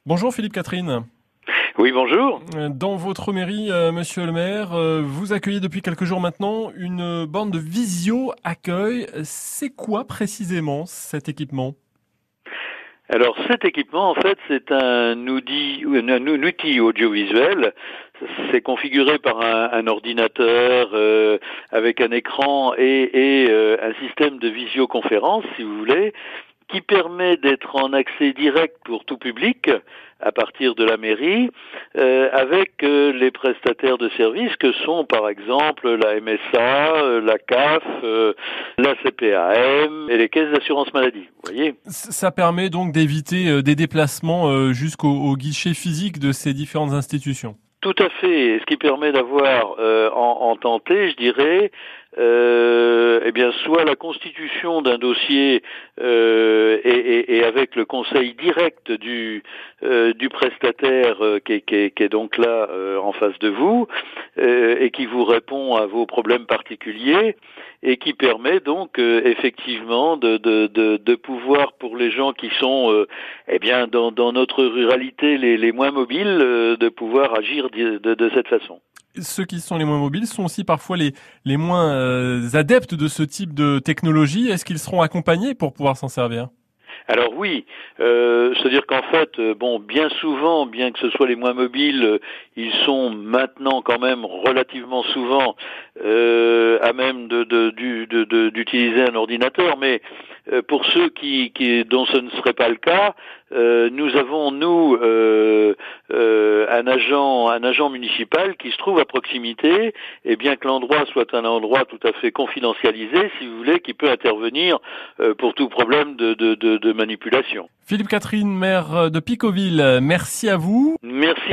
Bonjour Philippe Catherine. Oui, bonjour. Dans votre mairie, monsieur le maire, vous accueillez depuis quelques jours maintenant une borne de visio accueil. C'est quoi précisément cet équipement? Alors cet équipement, en fait, c'est un outil audiovisuel. C'est configuré par un ordinateur avec un écran et un système de visioconférence, si vous voulez, qui permet d'être en accès direct pour tout public à partir de la mairie, avec les prestataires de services que sont par exemple la MSA, la CAF, la CPAM et les caisses d'assurance maladie. Vous voyez ? Ça permet donc d'éviter des déplacements jusqu'au guichet physique de ces différentes institutions. Tout à fait. Ce qui permet d'avoir en temps T, je dirais, eh bien, soit la constitution d'un dossier et avec le conseil direct du prestataire qui est donc là en face de vous et qui vous répond à vos problèmes particuliers et qui permet donc effectivement de pouvoir, pour les gens qui sont eh bien dans notre ruralité les moins mobiles, de pouvoir agir de cette façon. Ceux qui sont les moins mobiles sont aussi parfois les moins adeptes de ce type de technologie. Est-ce qu'ils seront accompagnés pour pouvoir s'en servir? Alors oui, c'est-à-dire qu'en fait, bon, bien souvent, bien que ce soit les moins mobiles, ils sont maintenant quand même relativement souvent à même d'utiliser un ordinateur, mais pour ceux dont ce ne serait pas le cas, nous avons un agent municipal qui se trouve à proximité, et bien que l'endroit soit un endroit tout à fait confidentialisé, si vous voulez, qui peut intervenir pour tout problème de manipulation. Philippe Catherine, maire de Picauville, merci à vous. Merci.